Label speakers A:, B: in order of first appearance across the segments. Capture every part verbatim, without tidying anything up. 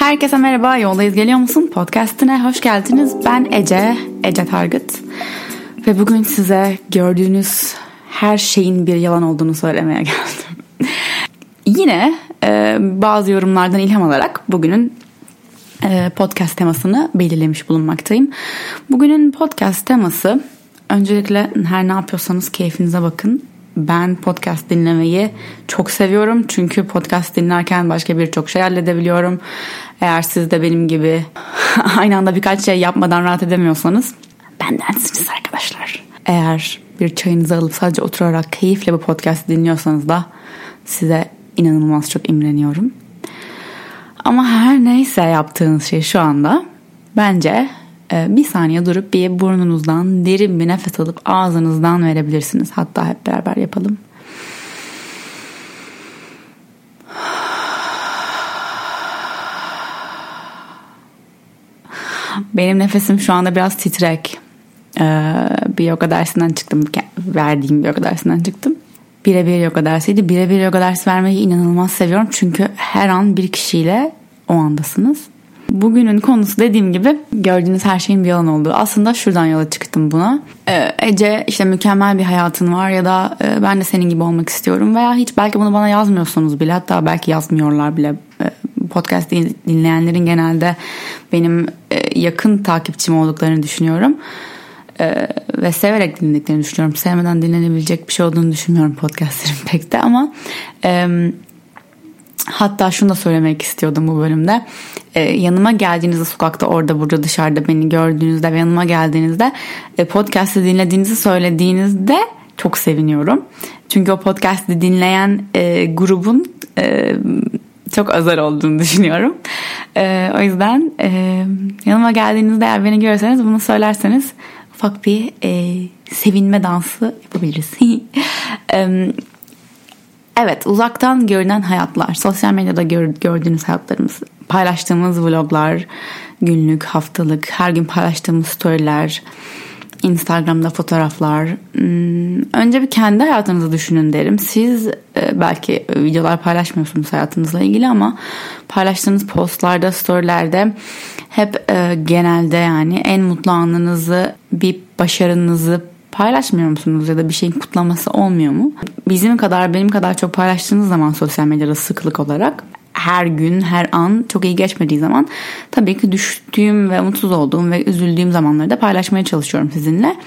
A: Herkese merhaba, Yoldayız Geliyor Musun? Podcast'ine hoş geldiniz. Ben Ece, Ece Targıt. Ve bugün size gördüğünüz her şeyin bir yalan olduğunu söylemeye geldim. Yine e, bazı yorumlardan ilham alarak bugünün e, podcast temasını belirlemiş bulunmaktayım. Bugünün podcast teması, öncelikle her ne yapıyorsanız keyfinize bakın. Ben podcast dinlemeyi çok seviyorum. Çünkü podcast dinlerken başka birçok şey halledebiliyorum. Eğer siz de benim gibi aynı anda birkaç şey yapmadan rahat edemiyorsanız bendensiniz arkadaşlar. Eğer bir çayınızı alıp sadece oturarak keyifle bu podcast dinliyorsanız da size inanılmaz çok imreniyorum. Ama her neyse yaptığınız şey şu anda bence bir saniye durup bir burnunuzdan derin bir nefes alıp ağzınızdan verebilirsiniz. Hatta hep beraber yapalım. Benim nefesim şu anda biraz titrek. Bir yoga dersinden çıktım. Verdiğim bir yoga dersinden çıktım. Birebir yoga dersiydi. Birebir yoga dersi vermeyi inanılmaz seviyorum. Çünkü her an bir kişiyle o andasınız. Bugünün konusu dediğim gibi gördüğünüz her şeyin bir yalan olduğu. Aslında şuradan yola çıktım buna. Ee, Ece işte mükemmel bir hayatın var ya da e, ben de senin gibi olmak istiyorum veya hiç belki bunu bana yazmıyorsunuz bile, hatta belki yazmıyorlar bile. E, podcast dinleyenlerin genelde benim e, yakın takipçim olduklarını düşünüyorum. E, ve severek dinlediklerini düşünüyorum. Sevmeden dinlenebilecek bir şey olduğunu düşünmüyorum podcastlerin pek de ama... E, Hatta şunu da söylemek istiyordum bu bölümde. Ee, yanıma geldiğinizde, sokakta, orada, burada, dışarıda beni gördüğünüzde ve yanıma geldiğinizde e, podcast'ı dinlediğinizi söylediğinizde çok seviniyorum. Çünkü o podcast'ı dinleyen e, grubun e, çok azar olduğunu düşünüyorum. E, o yüzden e, yanıma geldiğinizde eğer beni görürseniz bunu söylerseniz ufak bir e, sevinme dansı yapabiliriz. e, Evet, uzaktan görünen hayatlar, sosyal medyada gör, gördüğünüz hayatlarımız, paylaştığımız vloglar, günlük, haftalık, her gün paylaştığımız storyler, Instagram'da fotoğraflar. Önce bir kendi hayatınızı düşünün derim. Siz belki videolar paylaşmıyorsunuz hayatınızla ilgili ama paylaştığınız postlarda, storylerde hep genelde yani en mutlu anınızı, bir başarınızı paylaşmıyor musunuz ya da bir şeyin kutlaması olmuyor mu? Bizim kadar, benim kadar çok paylaştığınız zaman sosyal medyada sıklık olarak, her gün, her an çok iyi geçmediği zaman tabii ki düştüğüm ve mutsuz olduğum ve üzüldüğüm zamanları da paylaşmaya çalışıyorum sizinle.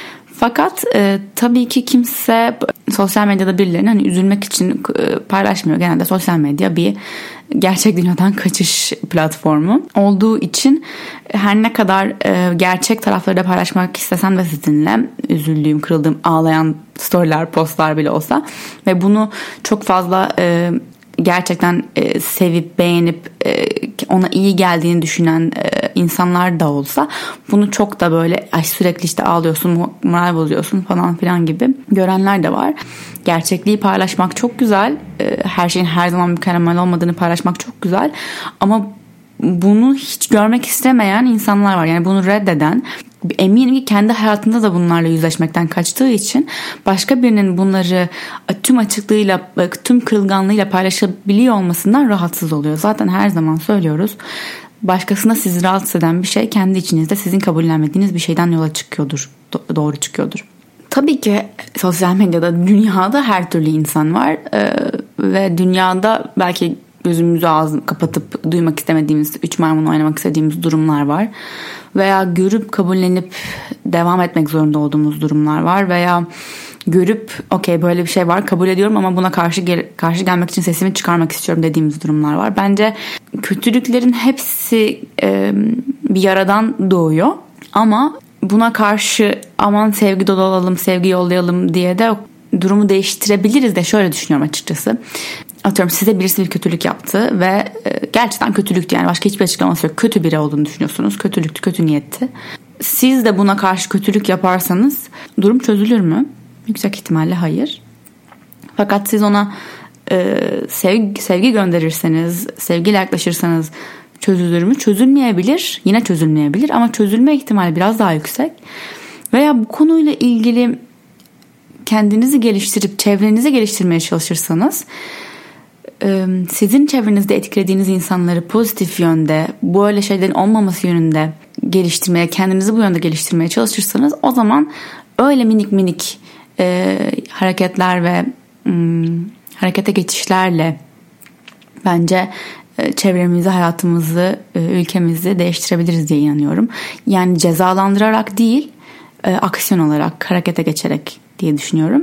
A: Fakat e, tabii ki kimse sosyal medyada birilerini hani üzülmek için e, paylaşmıyor. Genelde sosyal medya bir gerçek dünyadan kaçış platformu olduğu için her ne kadar e, gerçek tarafları da paylaşmak istesem de sizinle, üzüldüğüm, kırıldığım, ağlayan storyler, postlar bile olsa ve bunu çok fazla e, gerçekten e, sevip beğenip e, ona iyi geldiğini düşünen e, insanlar da olsa bunu çok da böyle ay sürekli işte ağlıyorsun, moral bozuyorsun falan filan gibi görenler de var. Gerçekliği paylaşmak çok güzel. E, her şeyin her zaman mükemmel olmadığını paylaşmak çok güzel. Ama bunu hiç görmek istemeyen insanlar var. Yani bunu reddeden, eminim ki kendi hayatında da bunlarla yüzleşmekten kaçtığı için başka birinin bunları tüm açıklığıyla, tüm kırılganlığıyla paylaşabiliyor olmasından rahatsız oluyor. Zaten her zaman söylüyoruz. Başkasına sizi rahatsız eden bir şey kendi içinizde sizin kabullenmediğiniz bir şeyden yola çıkıyordur. Doğru çıkıyordur. Tabii ki sosyal medyada, dünyada her türlü insan var. Ee, ve dünyada belki gözümüzü ağzını kapatıp duymak istemediğimiz, üç maymun oynamak istediğimiz durumlar var. Veya görüp kabullenip devam etmek zorunda olduğumuz durumlar var. Veya görüp okey böyle bir şey var, kabul ediyorum ama buna karşı gel- karşı gelmek için sesimi çıkarmak istiyorum dediğimiz durumlar var. Bence kötülüklerin hepsi e, bir yaradan doğuyor. Ama buna karşı aman sevgi dolu olalım, sevgi yollayalım diye de durumu değiştirebiliriz de şöyle düşünüyorum açıkçası. Atıyorum size birisi bir kötülük yaptı ve gerçekten kötülüktü, yani başka hiçbir açıklaması yok. Kötü biri olduğunu düşünüyorsunuz. Kötülüktü, kötü niyetti. Siz de buna karşı kötülük yaparsanız durum çözülür mü? Yüksek ihtimalle hayır. Fakat siz ona e, sevgi, sevgi gönderirseniz, sevgiyle yaklaşırsanız çözülür mü? Çözülmeyebilir. Yine çözülmeyebilir ama çözülme ihtimali biraz daha yüksek. Veya bu konuyla ilgili kendinizi geliştirip çevrenizi geliştirmeye çalışırsanız sizin çevrenizde etkilediğiniz insanları pozitif yönde, böyle şeylerin olmaması yönünde geliştirmeye, kendinizi bu yönde geliştirmeye çalışırsanız, o zaman öyle minik minik e, hareketler ve m, harekete geçişlerle bence e, çevremizi, hayatımızı, e, ülkemizi değiştirebiliriz diye inanıyorum. Yani cezalandırarak değil, e, aksiyon olarak, harekete geçerek diye düşünüyorum.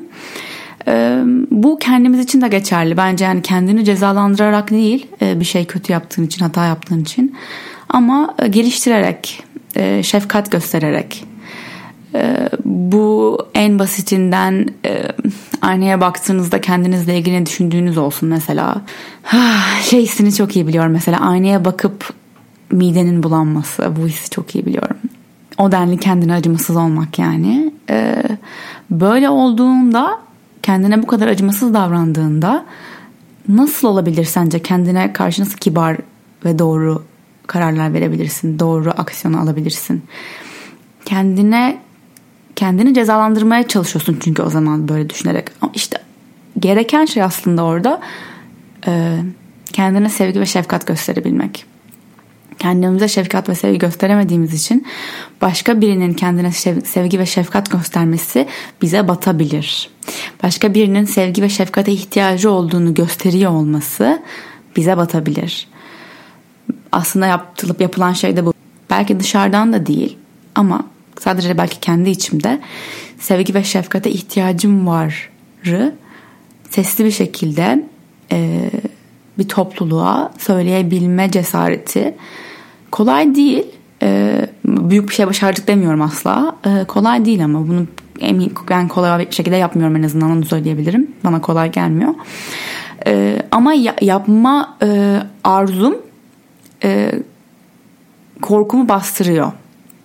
A: E, bu kendimiz için de geçerli. Bence yani kendini cezalandırarak değil, e, bir şey kötü yaptığın için, hata yaptığın için, ama e, geliştirerek, e, şefkat göstererek. E, bu en basitinden e, aynaya baktığınızda kendinizle ilgili ne düşündüğünüz olsun mesela. Şey hissini çok iyi biliyorum mesela, aynaya bakıp midenin bulanması, bu hissi çok iyi biliyorum. O denli kendine acımasız olmak yani. E, böyle olduğunda, kendine bu kadar acımasız davrandığında nasıl olabilir sence? Kendine karşı nasıl kibar ve doğru kararlar verebilirsin? Doğru aksiyonu alabilirsin? Kendine kendini cezalandırmaya çalışıyorsun çünkü o zaman böyle düşünerek. İşte gereken şey aslında orada e, kendine sevgi ve şefkat gösterebilmek. Kendimize şefkat ve sevgi gösteremediğimiz için başka birinin kendine sevgi ve şefkat göstermesi bize batabilir. Başka birinin sevgi ve şefkate ihtiyacı olduğunu gösteriyor olması bize batabilir. Aslında yapılıp yapılan şey de bu. Belki dışarıdan da değil ama sadece belki kendi içimde sevgi ve şefkate ihtiyacım var'ı sesli bir şekilde e, bir topluluğa söyleyebilme cesareti kolay değil. E, büyük bir şey başardık demiyorum asla. E, kolay değil ama bunu emin, ben kolay bir şekilde yapmıyorum, en azından onu söyleyebilirim. Bana kolay gelmiyor. E, ama ya, yapma e, arzum e, korkumu bastırıyor.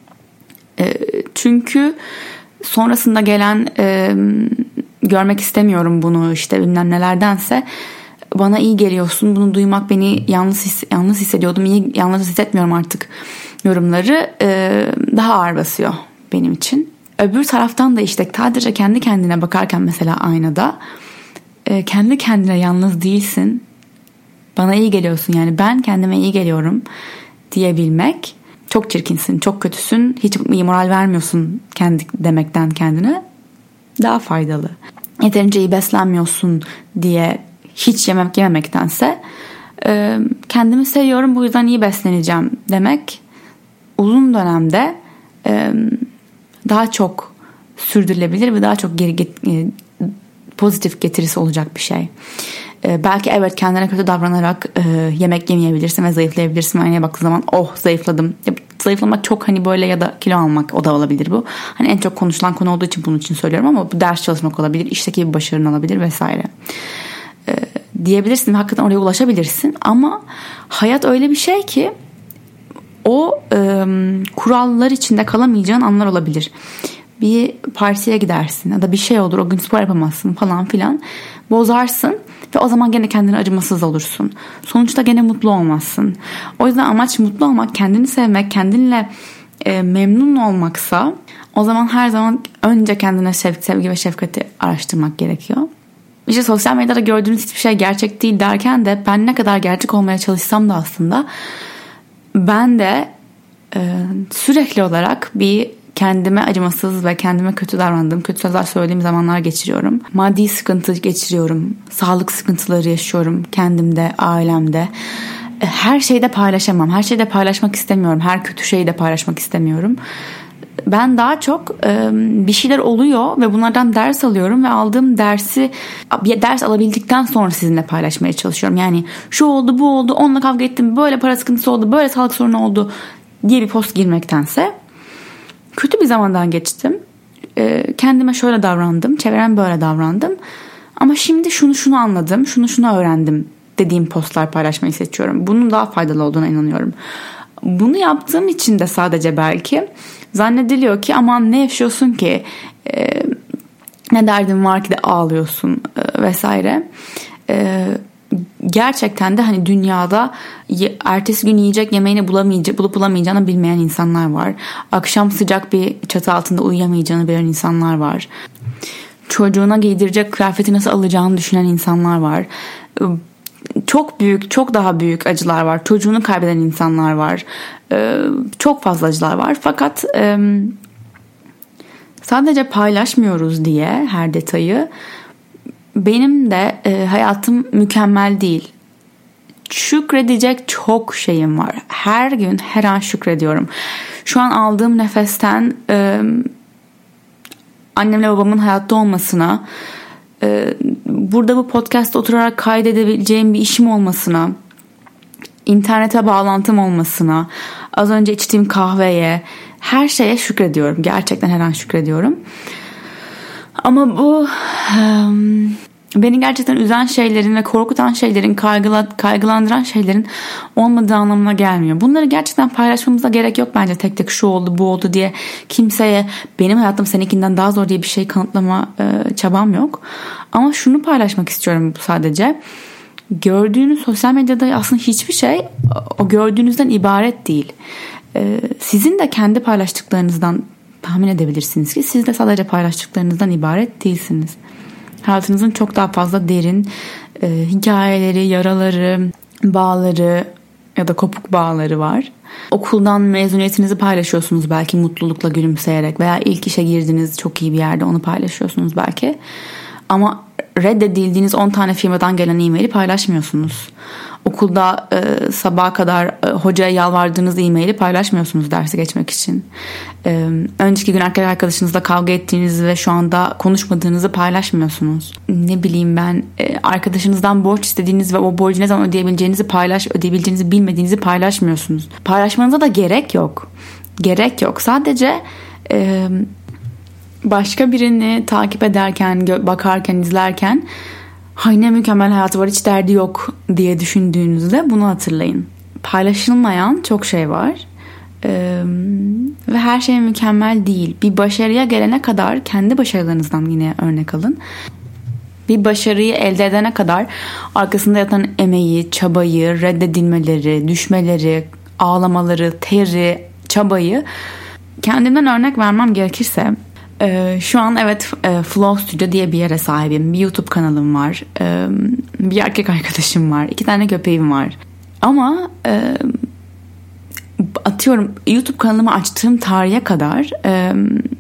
A: E, çünkü sonrasında gelen e, görmek istemiyorum bunu işte bilmem nelerdense, bana iyi geliyorsun, bunu duymak beni yalnız his, yalnız hissediyordum, iyi yalnız hissetmiyorum artık yorumları e, daha ağır basıyor benim için. Öbür taraftan da işte sadece kendi kendine bakarken mesela aynada e, kendi kendine yalnız değilsin, bana iyi geliyorsun, yani ben kendime iyi geliyorum diyebilmek, çok çirkinsin, çok kötüsün, hiç iyi moral vermiyorsun kendi demekten kendine daha faydalı. Yeterince iyi beslenmiyorsun diye hiç yemek yememektense e, kendimi seviyorum, bu yüzden iyi besleneceğim demek uzun dönemde e, daha çok sürdürülebilir ve daha çok geri get- e, pozitif getirisi olacak bir şey. E, belki evet kendine kötü davranarak e, yemek yemeyebilirsin ve zayıflayabilirsin. Aynaya baktığı zaman oh zayıfladım. Ya, zayıflamak çok hani böyle, ya da kilo almak, o da olabilir bu. Hani en çok konuşulan konu olduğu için bunun için söylüyorum, ama bu ders çalışmak olabilir, işteki bir başarın olabilir vesaire. E, diyebilirsin ve hakikaten oraya ulaşabilirsin, ama hayat öyle bir şey ki o e, kurallar içinde kalamayacağın anlar olabilir. Bir partiye gidersin ya da bir şey olur, o gün spor yapamazsın falan filan, bozarsın ve o zaman gene kendine acımasız olursun. Sonuçta gene mutlu olmazsın. O yüzden amaç mutlu olmak, kendini sevmek, kendinle e, memnun olmaksa, o zaman her zaman önce kendine sevgi, sevgi ve şefkati araştırmak gerekiyor. İşte sosyal medyada gördüğünüz hiçbir şey gerçek değil derken de ben ne kadar gerçek olmaya çalışsam da aslında ben de e, sürekli olarak bir kendime acımasız ve kendime kötü davrandığım, kötü sözler söylediğim zamanlar geçiriyorum. Maddi sıkıntı geçiriyorum. Sağlık sıkıntıları yaşıyorum kendimde, ailemde. Her şeyi de paylaşamam. Her şeyi de paylaşmak istemiyorum. Her kötü şeyi de paylaşmak istemiyorum. Ben daha çok bir şeyler oluyor ve bunlardan ders alıyorum ve aldığım dersi, bir ders alabildikten sonra sizinle paylaşmaya çalışıyorum. Yani şu oldu, bu oldu, onunla kavga ettim, böyle para sıkıntısı oldu, böyle sağlık sorunu oldu diye bir post girmektense, kötü bir zamandan geçtim, kendime şöyle davrandım, çevrem böyle davrandım, ama şimdi şunu şunu anladım, şunu şunu öğrendim dediğim postlar paylaşmayı seçiyorum. Bunun daha faydalı olduğuna inanıyorum. Bunu yaptığım için de sadece belki zannediliyor ki aman ne yaşıyorsun ki, e, ne derdin var ki de ağlıyorsun e, vesaire. E, gerçekten de hani dünyada ertesi gün yiyecek yemeğini bulamayacak, bulup bulamayacağını bilmeyen insanlar var. Akşam sıcak bir çatı altında uyuyamayacağını bilen insanlar var. Çocuğuna giydirecek kıyafeti nasıl alacağını düşünen insanlar var. çok büyük, çok daha büyük acılar var. Çocuğunu kaybeden insanlar var. Ee, çok fazla acılar var. Fakat e, sadece paylaşmıyoruz diye her detayı. Benim de e, hayatım mükemmel değil. Şükredecek çok şeyim var. Her gün, her an şükrediyorum. Şu an aldığım nefesten e, annemle babamın hayatta olmasına, e, burada bu podcast'ta oturarak kaydedebileceğim bir işim olmasına, internete bağlantım olmasına, az önce içtiğim kahveye, her şeye şükrediyorum. Gerçekten her an şükrediyorum. Ama bu e, beni gerçekten üzen şeylerin ve korkutan şeylerin, kaygıla, kaygılandıran şeylerin olmadığı anlamına gelmiyor. Bunları gerçekten paylaşmamıza gerek yok bence, tek tek şu oldu bu oldu diye kimseye benim hayatım seninkinden daha zor diye bir şey kanıtlama e, çabam yok. Ama şunu paylaşmak istiyorum sadece. Gördüğünüz sosyal medyada aslında hiçbir şey o gördüğünüzden ibaret değil. E, sizin de kendi paylaştıklarınızdan tahmin edebilirsiniz ki siz de sadece paylaştıklarınızdan ibaret değilsiniz. Hayatınızın çok daha fazla derin e, hikayeleri, yaraları, bağları ya da kopuk bağları var. Okuldan mezuniyetinizi paylaşıyorsunuz belki mutlulukla, gülümseyerek, veya ilk işe girdiğiniz çok iyi bir yerde onu paylaşıyorsunuz belki. Ama reddedildiğiniz on tane firmadan gelen e-maili paylaşmıyorsunuz. Okulda e, sabaha kadar e, hocaya yalvardığınız e-maili paylaşmıyorsunuz dersi geçmek için. E, önceki gün erkek arkadaşınızla kavga ettiğinizi ve şu anda konuşmadığınızı paylaşmıyorsunuz. Ne bileyim ben e, arkadaşınızdan borç istediğiniz ve o borcu ne zaman ödeyebileceğinizi paylaş, ödeyebileceğinizi bilmediğinizi paylaşmıyorsunuz. Paylaşmanıza da gerek yok. Gerek yok. Sadece e, başka birini takip ederken, bakarken, izlerken hay ne mükemmel hayatı var, hiç derdi yok diye düşündüğünüzde bunu hatırlayın. Paylaşılmayan çok şey var. Ee, ve her şey mükemmel değil. Bir başarıya gelene kadar kendi başarılarınızdan yine örnek alın. Bir başarıyı elde edene kadar arkasında yatan emeği, çabayı, reddedilmeleri, düşmeleri, ağlamaları, teri, çabayı kendimden örnek vermem gerekirse Ee, şu an evet e, Flow Studio diye bir yere sahibim. Bir YouTube kanalım var. Ee, bir erkek arkadaşım var. iki tane köpeğim var. Ama e, atıyorum YouTube kanalımı açtığım tarihe kadar e,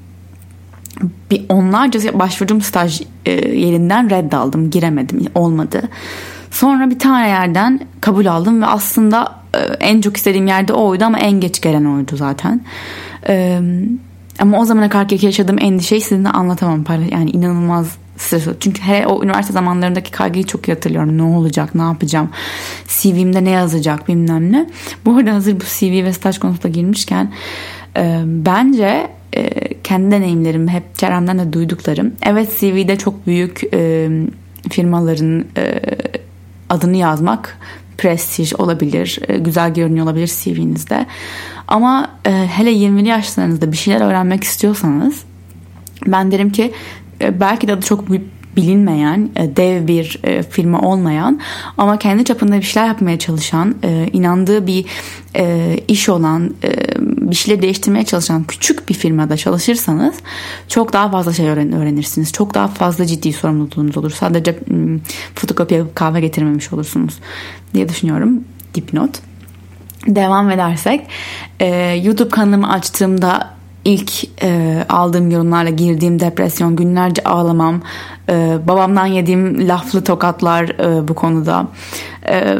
A: bir onlarca başvurduğum staj e, yerinden red aldım. Giremedim. Olmadı. Sonra bir tane yerden kabul aldım ve aslında e, en çok istediğim yerde oydu ama en geç gelen oydu zaten. Evet. Ama o zamana kadar yaşadığım endişeyi sizinle anlatamam. Yani inanılmaz stres. Çünkü her o üniversite zamanlarındaki kaygıyı çok iyi hatırlıyorum. Ne olacak, ne yapacağım, C V'mde ne yazacak bilmem ne. Bu arada hazır bu C V ve staj konusunda girmişken e, bence e, kendi deneyimlerim, hep çevremden de duyduklarım. Evet, C V'de çok büyük e, firmaların e, adını yazmak prestij olabilir, güzel görünüyor olabilir C V'nizde. Ama e, hele yirmili yaşlarınızda bir şeyler öğrenmek istiyorsanız ben derim ki e, belki de adı çok bilinmeyen, e, dev bir e, firma olmayan ama kendi çapında bir şeyler yapmaya çalışan, e, inandığı bir e, iş olan, e, bir şeyleri değiştirmeye çalışan küçük bir firmada çalışırsanız çok daha fazla şey öğren- öğrenirsiniz. Çok daha fazla ciddi sorumluluğunuz olur. Sadece m, fotokopi yapıp kahve getirmemiş olursunuz diye düşünüyorum. Dipnot. Devam edersek e, YouTube kanalımı açtığımda ilk e, aldığım yorumlarla girdiğim depresyon, günlerce ağlamam, e, babamdan yediğim laflı tokatlar e, bu konuda, e,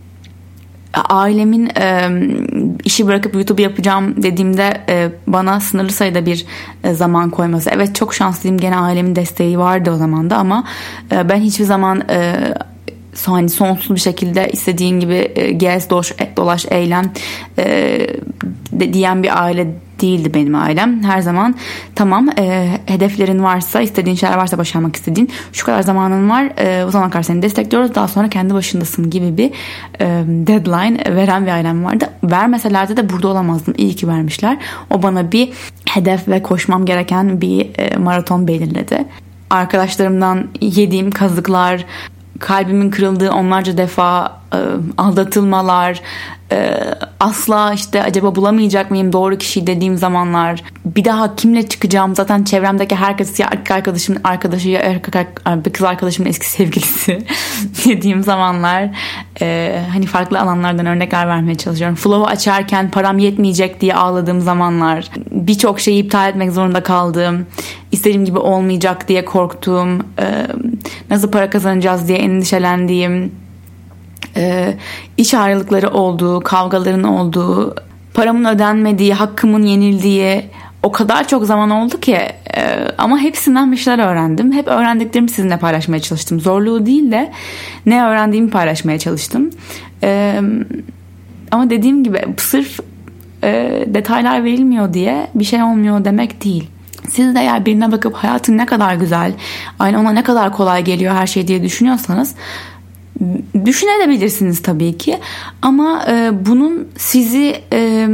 A: ailemin e, işi bırakıp YouTube yapacağım dediğimde e, bana sınırlı sayıda bir e, zaman koyması. Evet, çok şanslıyım, gene ailemin desteği vardı o zaman da ama e, ben hiçbir zaman e, hani sonsuz bir şekilde istediğin gibi e, gez, doş, dolaş, eğlen e, de, diyen bir aile değildi benim ailem. Her zaman tamam, e, hedeflerin varsa, istediğin şeyler varsa, başarmak istediğin, şu kadar zamanın var, e, o zaman kadar seni destekliyoruz, daha sonra kendi başındasın gibi bir e, deadline veren bir ailem vardı. Vermeselerdi de burada olamazdım. İyi ki vermişler. O bana bir hedef ve koşmam gereken bir e, maraton belirledi. Arkadaşlarımdan yediğim kazıklar, kalbimin kırıldığı onlarca defa e, aldatılmalar, e, asla işte acaba bulamayacak mıyım doğru kişiyi dediğim zamanlar, bir daha kimle çıkacağım, zaten çevremdeki herkes ya erkek arkadaşımın arkadaşı ya erkek, kız arkadaşımın eski sevgilisi dediğim zamanlar, e, hani farklı alanlardan örnekler vermeye çalışıyorum. Flow'u açarken param yetmeyecek diye ağladığım zamanlar, birçok şeyi iptal etmek zorunda kaldığım, istediğim gibi olmayacak diye korktuğum, e, nasıl para kazanacağız diye endişelendiğim, e, iş ayrılıkları olduğu, kavgaların olduğu, paramın ödenmediği, hakkımın yenildiği o kadar çok zaman oldu ki, e, ama hepsinden bir şeyler öğrendim. Hep öğrendiklerimi sizinle paylaşmaya çalıştım. Zorluğu değil de ne öğrendiğimi paylaşmaya çalıştım. E, ama dediğim gibi sırf e, detaylar verilmiyor diye bir şey olmuyor demek değil. Siz de eğer birine bakıp hayatın ne kadar güzel, aynı ona ne kadar kolay geliyor her şey diye düşünüyorsanız, düşünebilirsiniz tabii ki, ama e, bunun sizi e,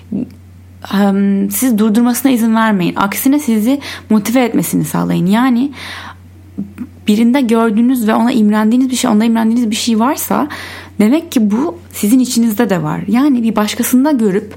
A: e, siz durdurmasına izin vermeyin. Aksine sizi motive etmesini sağlayın. Yani birinde gördüğünüz ve ona imrendiğiniz bir şey, onda imrendiğiniz bir şey varsa demek ki bu sizin içinizde de var. Yani bir başkasında görüp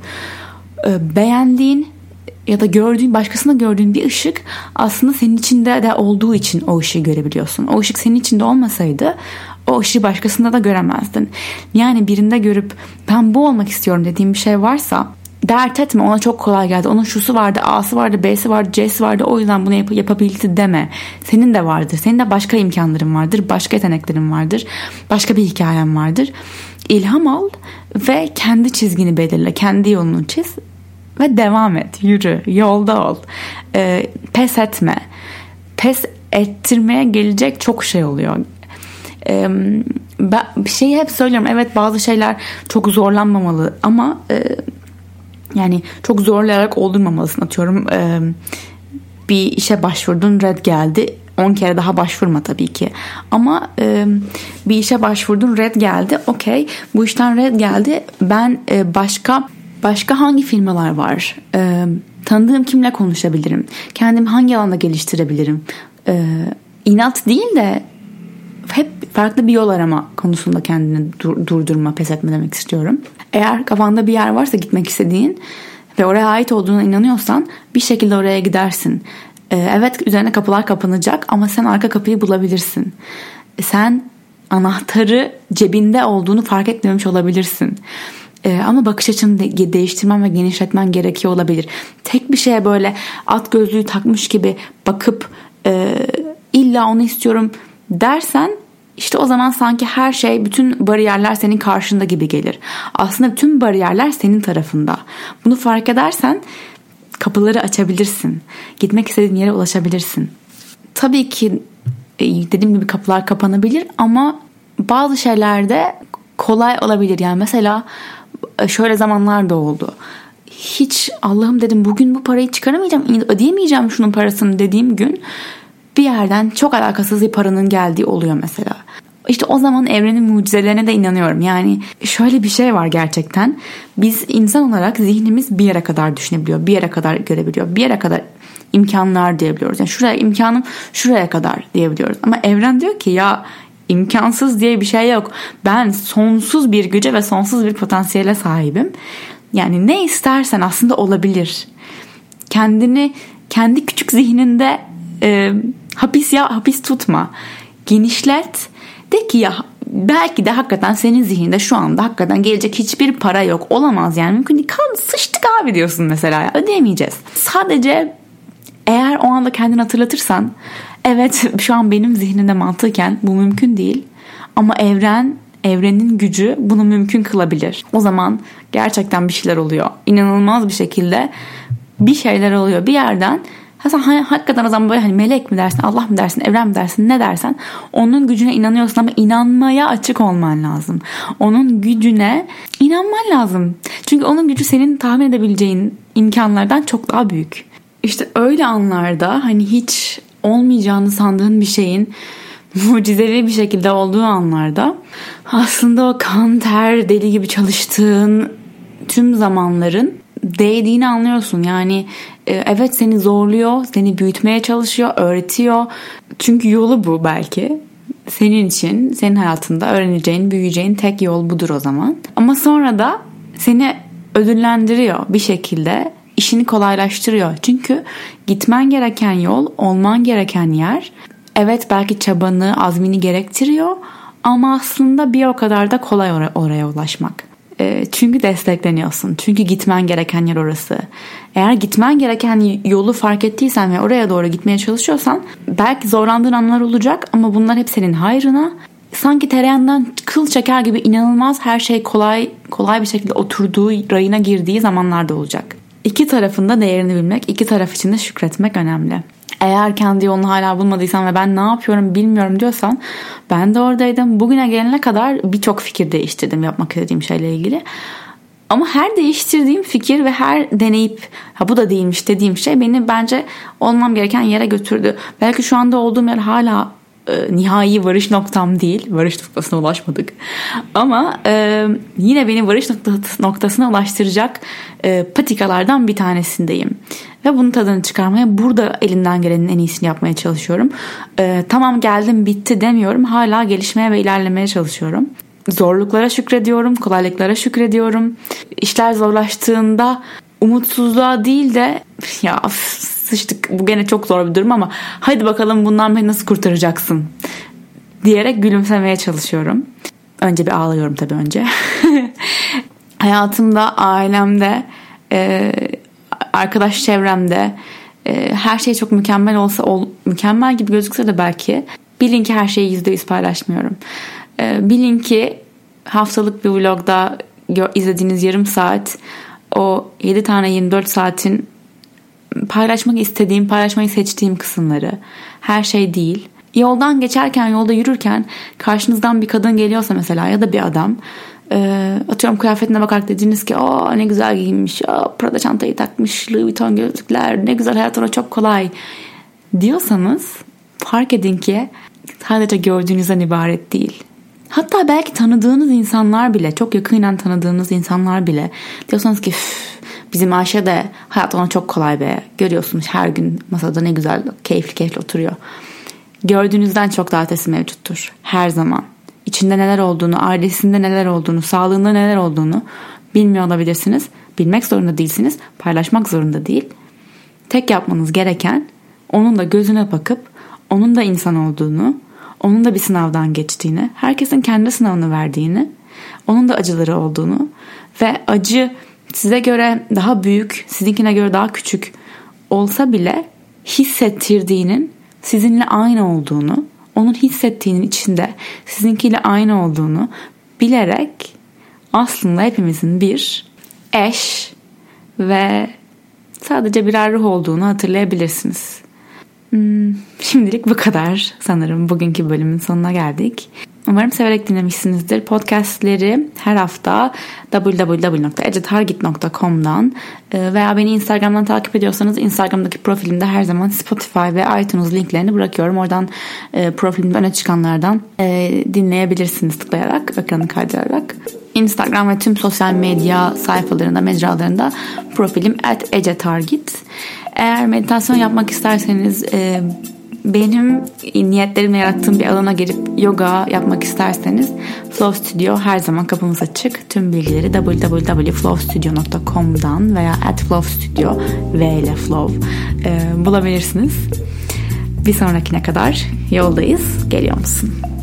A: e, beğendiğin ya da gördüğün, başkasında gördüğün bir ışık aslında senin içinde de olduğu için o ışığı görebiliyorsun. O ışık senin içinde olmasaydı o ışığı başkasında da göremezdin. Yani birinde görüp ben bu olmak istiyorum dediğim bir şey varsa dert etme, ona çok kolay geldi. Onun şusu vardı, A'sı vardı, B'si vardı, C'si vardı, o yüzden bunu yap- yapabildi deme. Senin de vardır. Senin de başka imkanların vardır, başka yeteneklerin vardır, başka bir hikayen vardır. İlham al ve kendi çizgini belirle, kendi yolunu çiz ve devam et, yürü, yolda ol. Ee, pes etme. Pes ettirmeye gelecek çok şey oluyor. Ee, ben bir şeyi hep söylüyorum. Evet, bazı şeyler çok zorlanmamalı ama e, yani çok zorlayarak oldurmamalısın. Atıyorum e, bir işe başvurdun, red geldi. on kere daha başvurma tabii ki. Ama e, bir işe başvurdun, red geldi. Okey, bu işten red geldi. Ben e, başka başka hangi firmalar var? E, tanıdığım kimle konuşabilirim? Kendimi hangi alanda geliştirebilirim? E, inat değil de hep farklı bir yol arama konusunda kendini dur- durdurma, pes etme demek istiyorum. Eğer kafanda bir yer varsa gitmek istediğin ve oraya ait olduğuna inanıyorsan bir şekilde oraya gidersin. Ee, evet, üzerine kapılar kapanacak ama sen arka kapıyı bulabilirsin. Sen anahtarı cebinde olduğunu fark etmemiş olabilirsin. Ee, ama bakış açını de- değiştirmen ve genişletmen gerekiyor olabilir. Tek bir şeye böyle at gözlüğü takmış gibi bakıp e, illa onu istiyorum dersen, işte o zaman sanki her şey, bütün bariyerler senin karşında gibi gelir. Aslında bütün bariyerler senin tarafında. Bunu fark edersen kapıları açabilirsin. Gitmek istediğin yere ulaşabilirsin. Tabii ki dediğim gibi kapılar kapanabilir ama bazı şeylerde kolay olabilir. Yani mesela şöyle zamanlar da oldu. Hiç Allah'ım dedim, bugün bu parayı çıkaramayacağım, ödeyemeyeceğim şunun parasını dediğim gün bir yerden çok alakasız bir paranın geldiği oluyor mesela. İşte o zaman evrenin mucizelerine de inanıyorum. Yani şöyle bir şey var gerçekten. Biz insan olarak zihnimiz bir yere kadar düşünebiliyor, bir yere kadar görebiliyor, bir yere kadar imkanlar diyebiliyoruz. Yani şuraya imkanım şuraya kadar diyebiliyoruz. Ama evren diyor ki ya imkansız diye bir şey yok. Ben sonsuz bir güce ve sonsuz bir potansiyele sahibim. Yani ne istersen aslında olabilir. Kendini kendi küçük zihninde e, hapis ya hapis tutma. Genişlet. De ki ya belki de hakikaten senin zihninde şu anda hakikaten gelecek hiçbir para yok. Olamaz yani, mümkün değil. Kal, sıçtık abi diyorsun mesela ya, ödeyemeyeceğiz. Sadece eğer o anda kendini hatırlatırsan, evet şu an benim zihnimde mantıken bu mümkün değil. Ama evren, evrenin gücü bunu mümkün kılabilir. O zaman gerçekten bir şeyler oluyor. İnanılmaz bir şekilde bir şeyler oluyor. Bir yerden sen hakikaten o zaman böyle hani melek mi dersin, Allah mı dersin, evren mi dersin, ne dersen onun gücüne inanıyorsun ama inanmaya açık olman lazım. Onun gücüne inanman lazım. Çünkü onun gücü senin tahmin edebileceğin imkanlardan çok daha büyük. İşte öyle anlarda, hani hiç olmayacağını sandığın bir şeyin mucizevi bir şekilde olduğu anlarda, aslında o kan ter deli gibi çalıştığın tüm zamanların değdiğini anlıyorsun. Yani evet, seni zorluyor, seni büyütmeye çalışıyor, öğretiyor. Çünkü yolu bu belki. senin için, senin hayatında öğreneceğin, büyüyeceğin tek yol budur o zaman. Ama sonra da seni ödüllendiriyor bir şekilde, işini kolaylaştırıyor. Çünkü gitmen gereken yol, olman gereken yer, evet belki çabanı, azmini gerektiriyor ama aslında bir o kadar da kolay or- oraya ulaşmak. E, çünkü destekleniyorsun. Çünkü gitmen gereken yer orası. Eğer gitmen gereken yolu fark ettiysen ve oraya doğru gitmeye çalışıyorsan belki zorlandığın anlar olacak ama bunlar hep senin hayrına. Sanki tereyağından kıl çeker gibi inanılmaz her şey kolay kolay bir şekilde oturduğu, rayına girdiği zamanlarda olacak. İki tarafında değerini bilmek, iki taraf için de şükretmek önemli. Eğer kendi yolunu hala bulmadıysan ve ben ne yapıyorum bilmiyorum diyorsan, ben de oradaydım. Bugüne gelene kadar birçok fikir değiştirdim yapmak istediğim şeyle ilgili. Ama her değiştirdiğim fikir ve her deneyip ha bu da değilmiş dediğim şey beni bence olmam gereken yere götürdü. Belki şu anda olduğum yer hala e, nihai varış noktam değil. Varış noktasına ulaşmadık. Ama e, yine beni varış noktası, noktasına ulaştıracak e, patikalardan bir tanesindeyim. Ve bunun tadını çıkarmaya, burada elimden gelenin en iyisini yapmaya çalışıyorum. E, tamam geldim bitti demiyorum. Hala gelişmeye ve ilerlemeye çalışıyorum. Zorluklara şükrediyorum, kolaylıklara şükrediyorum. İşler zorlaştığında umutsuzluğa değil de ya sıçtık bu gene çok zor bir durum ama hadi bakalım bundan beni nasıl kurtaracaksın diyerek gülümsemeye çalışıyorum. Önce bir ağlıyorum tabii önce. Hayatımda, ailemde, arkadaş çevremde her şey çok mükemmel olsa, mükemmel gibi gözükse de belki bilin ki her şeyi yüzde yüz paylaşmıyorum. Bilin ki haftalık bir vlogda izlediğiniz yarım saat o yedi tane yirmi dört saatin paylaşmak istediğim, paylaşmayı seçtiğim kısımları. Her şey değil. Yoldan geçerken, yolda yürürken karşınızdan bir kadın geliyorsa mesela ya da bir adam, atıyorum kıyafetine bakarak dediğiniz ki aa ne güzel giyinmiş, aa Prada çantayı takmış, Louis Vuitton gözlükler, ne güzel, hayat ona çok kolay diyorsanız fark edin ki sadece gördüğünüzden ibaret değil. Hatta belki tanıdığınız insanlar bile, çok yakından tanıdığınız insanlar bile diyorsanız ki bizim Ayşe de hayat ona çok kolay be. Görüyorsunuz her gün masada ne güzel keyifli keyifli oturuyor. Gördüğünüzden çok daha ötesi mevcuttur. Her zaman. İçinde neler olduğunu, ailesinde neler olduğunu, sağlığında neler olduğunu bilmiyor olabilirsiniz. Bilmek zorunda değilsiniz. Paylaşmak zorunda değil. Tek yapmanız gereken onun da gözüne bakıp onun da insan olduğunu, onun da bir sınavdan geçtiğini, herkesin kendi sınavını verdiğini, onun da acıları olduğunu ve acı size göre daha büyük, sizinkine göre daha küçük olsa bile hissettirdiğinin sizinle aynı olduğunu, onun hissettiğinin içinde sizinkiyle aynı olduğunu bilerek aslında hepimizin bir eş ve sadece birer ruh olduğunu hatırlayabilirsiniz. Hmm, şimdilik bu kadar sanırım. Bugünkü bölümün sonuna geldik. Umarım severek dinlemişsinizdir. Podcastleri her hafta double-u double-u double-u nokta ecetargit nokta com'dan veya beni Instagram'dan takip ediyorsanız Instagram'daki profilimde her zaman Spotify ve iTunes linklerini bırakıyorum. Oradan e, profilimde öne çıkanlardan e, dinleyebilirsiniz tıklayarak, ekranı kaydırarak. Instagram ve tüm sosyal medya sayfalarında, mecralarında profilim at ecetargit. Eğer meditasyon yapmak isterseniz, e, benim niyetlerimle yarattığım bir alana girip yoga yapmak isterseniz Flow Studio her zaman kapımız açık. Tüm bilgileri double-u double-u double-u nokta flow studio nokta com'dan veya at Flow Studio V ile Flow e, bulabilirsiniz. Bir sonrakine kadar yoldayız. Geliyor musun?